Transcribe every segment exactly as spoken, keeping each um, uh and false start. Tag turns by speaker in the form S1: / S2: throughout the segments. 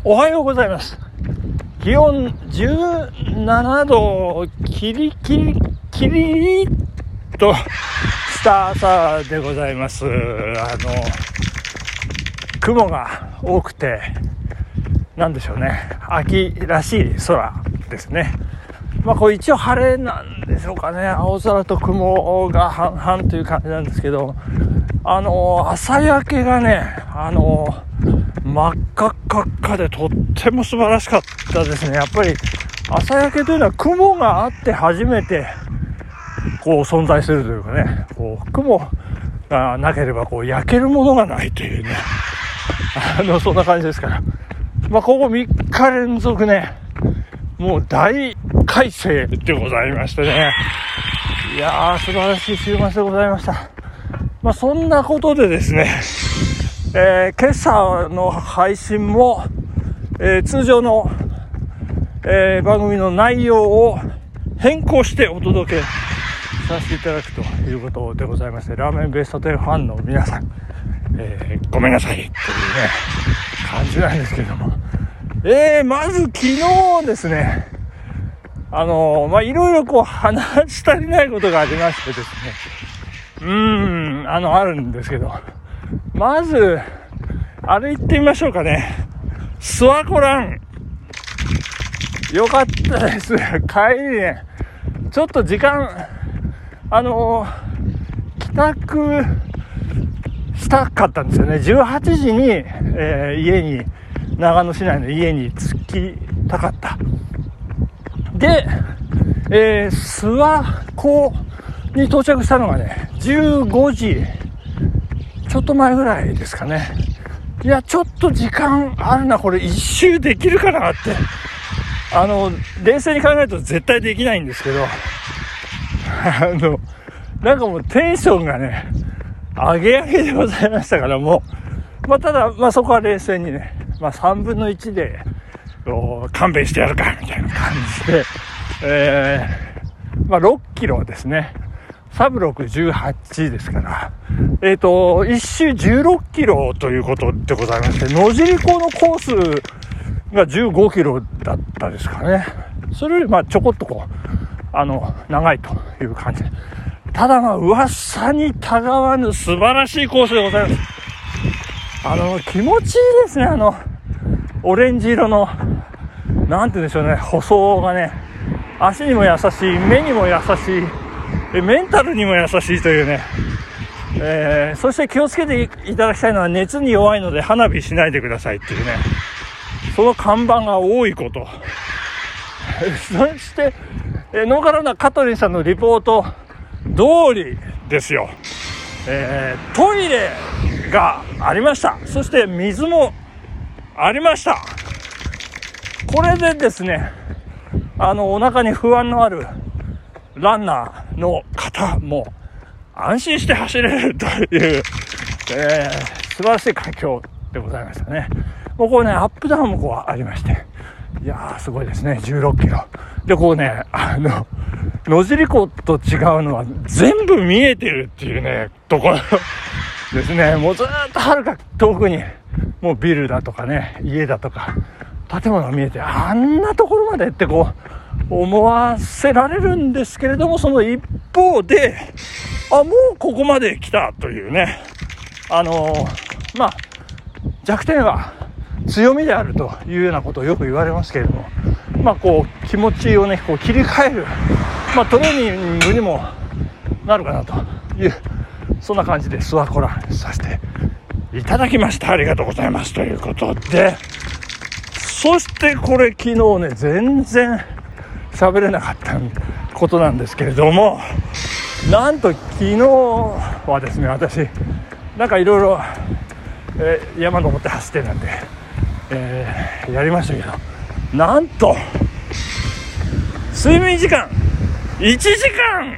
S1: おはようございます。気温じゅうななどキリキリキリとした朝でございます。あの雲が多くてなんでしょうね、秋らしい空ですね。まあこれ一応晴れなんでしょうかね。青空と雲が半々という感じなんですけど、あの朝焼けがね、あの真っ赤っかっかでとっても素晴らしかったですね。やっぱり朝焼けというのは雲があって初めてこう存在するというかね、こう雲がなければこう焼けるものがないというね、あのそんな感じですから、まあここみっか連続ね、もう大快晴でございましてね、いやー素晴らしい週末でございました。まあそんなことでですね、えー、今朝の配信も、えー、通常の、えー、番組の内容を変更してお届けさせていただくということでございまして、ラーメンベストテンファンの皆さん、えー、ごめんなさいというね感じなんですけども、えー、まず昨日ですね、あのー、まあいろいろこう話し足りないことがありましてですね、うーんあのあるんですけど、まずあれ行ってみましょうかね。諏訪湖ランよかったです。帰りね、ちょっと時間あのー、帰宅したかったんですよね。じゅうはちじに、えー、家に長野市内の家に着きたかった。で、えー、諏訪湖に到着したのがねじゅうごじちょっと前ぐらいですかね。いやちょっと時間あるな、これ一周できるかなって、あの冷静に考えると絶対できないんですけど、あのなんかもうテンションがね上げ上げでございましたから、もうまあただまあそこは冷静にね、まあさんぶんのいちで勘弁してやるかみたいな感じで、えー、まあろっキロですね、サブろくじゅうはちですから、えっと一周じゅうろっキロということでございまして、野尻湖のコースがじゅうごキロだったですかね。それよりまあちょこっとこうあの長いという感じで、ただまあ噂にたがわぬ素晴らしいコースでございます。あの気持ちいいですね。あのオレンジ色のなんて言うんでしょうね、舗装がね、足にも優しい、目にも優しい、メンタルにも優しいというね、えー、そして気をつけていただきたいのは、熱に弱いので花火しないでくださいっていうね、その看板が多いことそして、えー、ノーカローナカトリンさんのリポート通りですよ、えー、トイレがありました。そして水もありました。これでですね、あのお腹に不安のあるランナーの方も安心して走れるという、えー、素晴らしい環境でございましたね。もうこうねアップダウンもこうありまして、いやーすごいですね。じゅうろっキロでこうね、あの野尻湖と違うのは全部見えてるっていうねところですね。もうずーっとはるか遠くにもうビルだとかね、家だとか建物が見えて、あんなところまでってこう思わせられるんですけれども、その一方であもうここまで来たというね、あのー、まあ弱点は強みであるというようなことをよく言われますけれども、まあこう気持ちをねこう切り替える、まあトレーニングにもなるかなという、そんな感じで諏訪湖ランさせていただきました。ありがとうございますということで、そしてこれ昨日ね全然喋れなかったことなんですけれども、なんと昨日はですね、私なんかいろいろ山登って走ってなんで、えー、やりましたけど、なんと睡眠時間いちじかん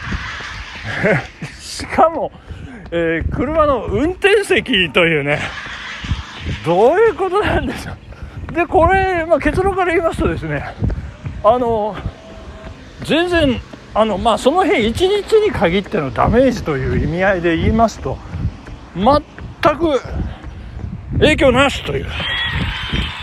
S1: しかも、えー、車の運転席というね、どういうことなんでしょう。でこれ、まあ、結論から言いますとですね、あの全然あの、まあ、その日一日に限ってのダメージという意味合いで言いますと全く影響なしという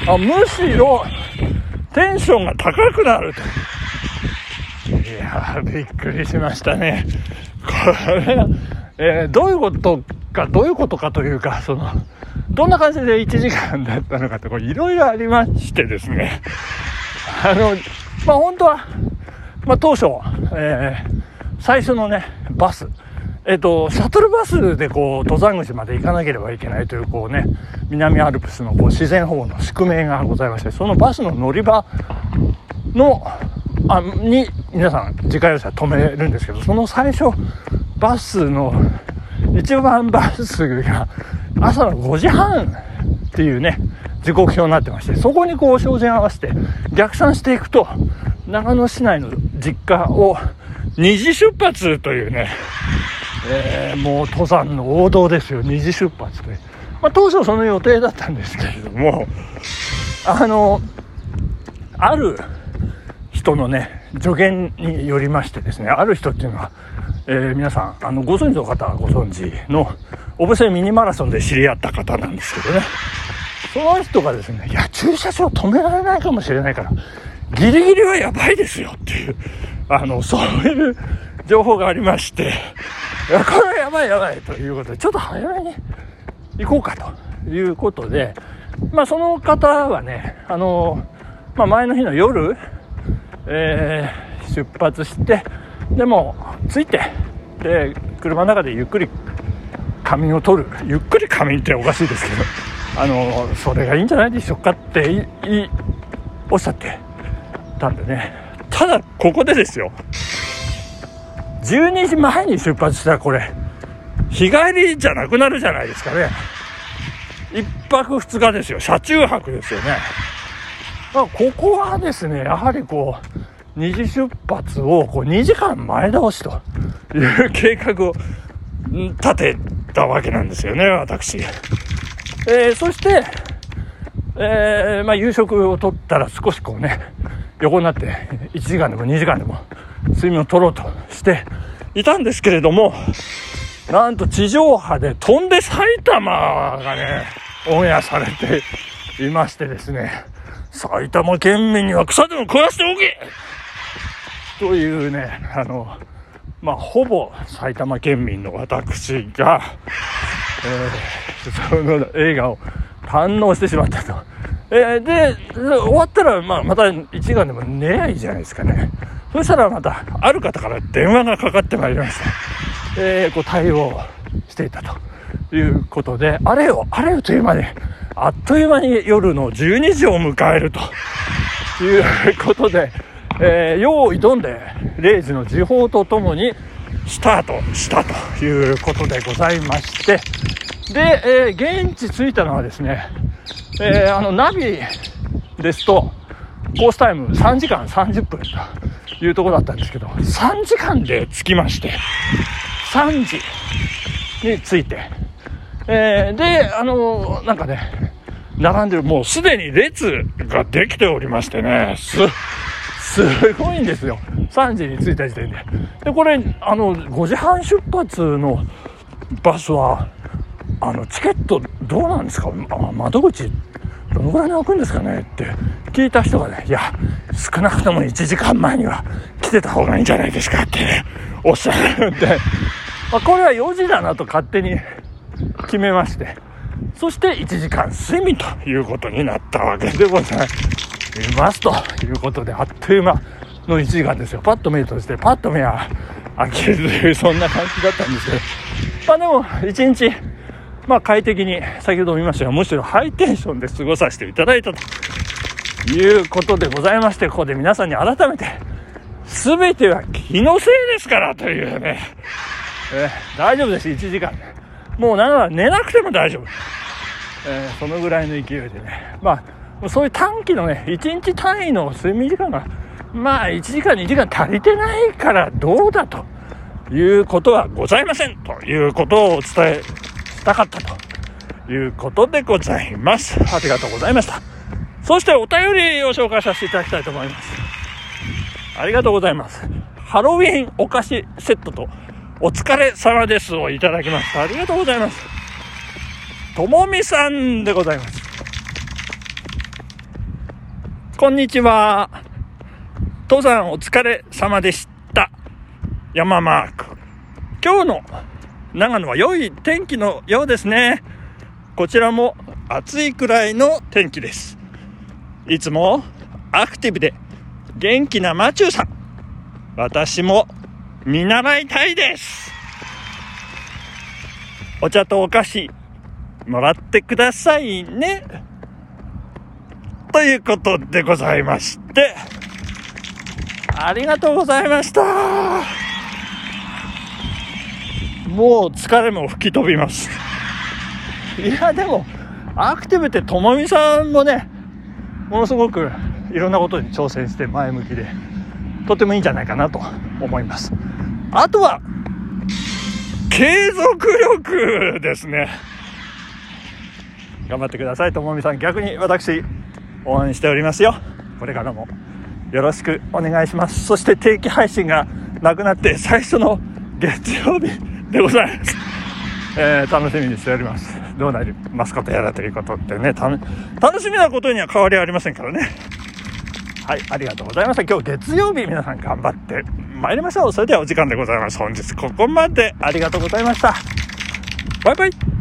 S1: あ、むしろテンションが高くなると。いやー、びっくりしましたね。これ、えー、どういうことかどういうことかというか、そのどんな感じでいちじかんだったのかっていろいろありましてですね、あのまあ本当は、まあ、当初、えー、最初のねバス、えっとシャトルバスでこう登山口まで行かなければいけないというこうね南アルプスのこう自然保護の宿命がございまして、そのバスの乗り場のあに皆さん自家用車止めるんですけど、その最初バスの一番バスが朝のごじはんっていうね時刻表になってまして、そこにこう照準合わせて逆算していくと長野市内の実家をにじ出発というね、えー、もう登山の王道ですよ、にじ出発という、まあ、当初その予定だったんですけれども、あのある人のね助言によりましてですね、ある人っていうのは、えー、皆さんあのご存知の方はご存知の小布施ミニマラソンで知り合った方なんですけどね、その人がですね、いや駐車場止められないかもしれないからギリギリはやばいですよっていうあのそういう情報がありまして、いやこれはやばいやばいということでちょっと早めに行こうかということで、まあその方はねあの、まあ、前の日の夜、えー、出発してでも着いてで車の中でゆっくり仮眠を取る、ゆっくり仮眠っておかしいですけど、あのそれがいいんじゃないでしょうかっていいおっしゃってたんでね。ただここでですよ、じゅうにじまえに出発したらこれ日帰りじゃなくなるじゃないですかね。いっぱくふつかですよ、車中泊ですよね。まあ、ここはですねやはりこうにじ出発をこうにじかんまえ倒しという計画を立てたわけなんですよね、私。えー、そして、えーまあ、夕食をとったら少しこうね横になっていちじかんでもにじかんでも睡眠を取ろうとしていたんですけれども、なんと地上波で飛んで埼玉がねオンエアされていましてですね、埼玉県民には草でも食わしておけというね、あのまあほぼ埼玉県民の私が、えー、その映画を堪能してしまったと。えー、で終わったら、まあ、またいちじかんでも寝りゃいいじゃないですかね。そしたらまたある方から電話がかかってまいりました。えー、こう対応していたということで、あれよあれよという間にあっという間に夜のじゅうにじを迎えるということで、えー、用意どんでれいじの時報とともにスタートしたということでございまして、で、えー、現地着いたのはですね、えー、あのナビですとコースタイムさんじかんさんじゅっぷんというところだったんですけど、さんじかんで着きまして、さんじに着いて、えー、であのなんかね並んでる、もうすでに列ができておりましてね、すすごいんですよ、さんじに着いた時点で。でこれあのごじはん出発のバスはあのチケットどうなんですか、あ窓口どのぐらいに開くんですかねって聞いた人がね、いや少なくともいちじかんまえには来てた方がいいんじゃないですかって、ね、おっしゃるんで、まあ、これはよじだなと勝手に決めまして、そしていちじかん睡眠ということになったわけでございますということで、あっという間のいちじかんですよ。パッと目としてパッと目は開けるというそんな感じだったんですけど、まあでもいちにちまあ快適に、先ほども言いましたがむしろハイテンションで過ごさせていただいたということでございまして、ここで皆さんに改めて全ては気のせいですからというね、えー、大丈夫です、いちじかんもうなんなら寝なくても大丈夫、えー、そのぐらいの勢いでね、まあそういう短期のねいちにち単位の睡眠時間がまあいちじかんにじかん足りてないからどうだということはございませんということをお伝えしたかったということでございます。ありがとうございました。そしてお便りを紹介させていただきたいと思います。ありがとうございます。ハロウィンお菓子セットとお疲れ様ですをいただきました。ありがとうございます。ともみさんでございます。 こんにちは。登山お疲れ様でした。山マーク。今日の長野は良い天気のようですね。こちらも暑いくらいの天気です。いつもアクティブで元気なマチューさん、私も見習いたいです。お茶とお菓子もらってくださいね、ということでございまして、ありがとうございました。もう疲れも吹き飛びます。いやでもアクティブってともみさんもね、ものすごくいろんなことに挑戦して前向きでとてもいいんじゃないかなと思います。あとは継続力ですね。頑張ってください、ともみさん。逆に私応援しておりますよ。これからもよろしくお願いします。そして定期配信がなくなって最初の月曜日でございます。えー、楽しみにしております。どうなりますことやらということでね、た楽しみなことには変わりはありませんからね。はい、ありがとうございました。今日月曜日、皆さん頑張ってまいりましょう。それではお時間でございます。本日ここまでありがとうございました。バイバイ。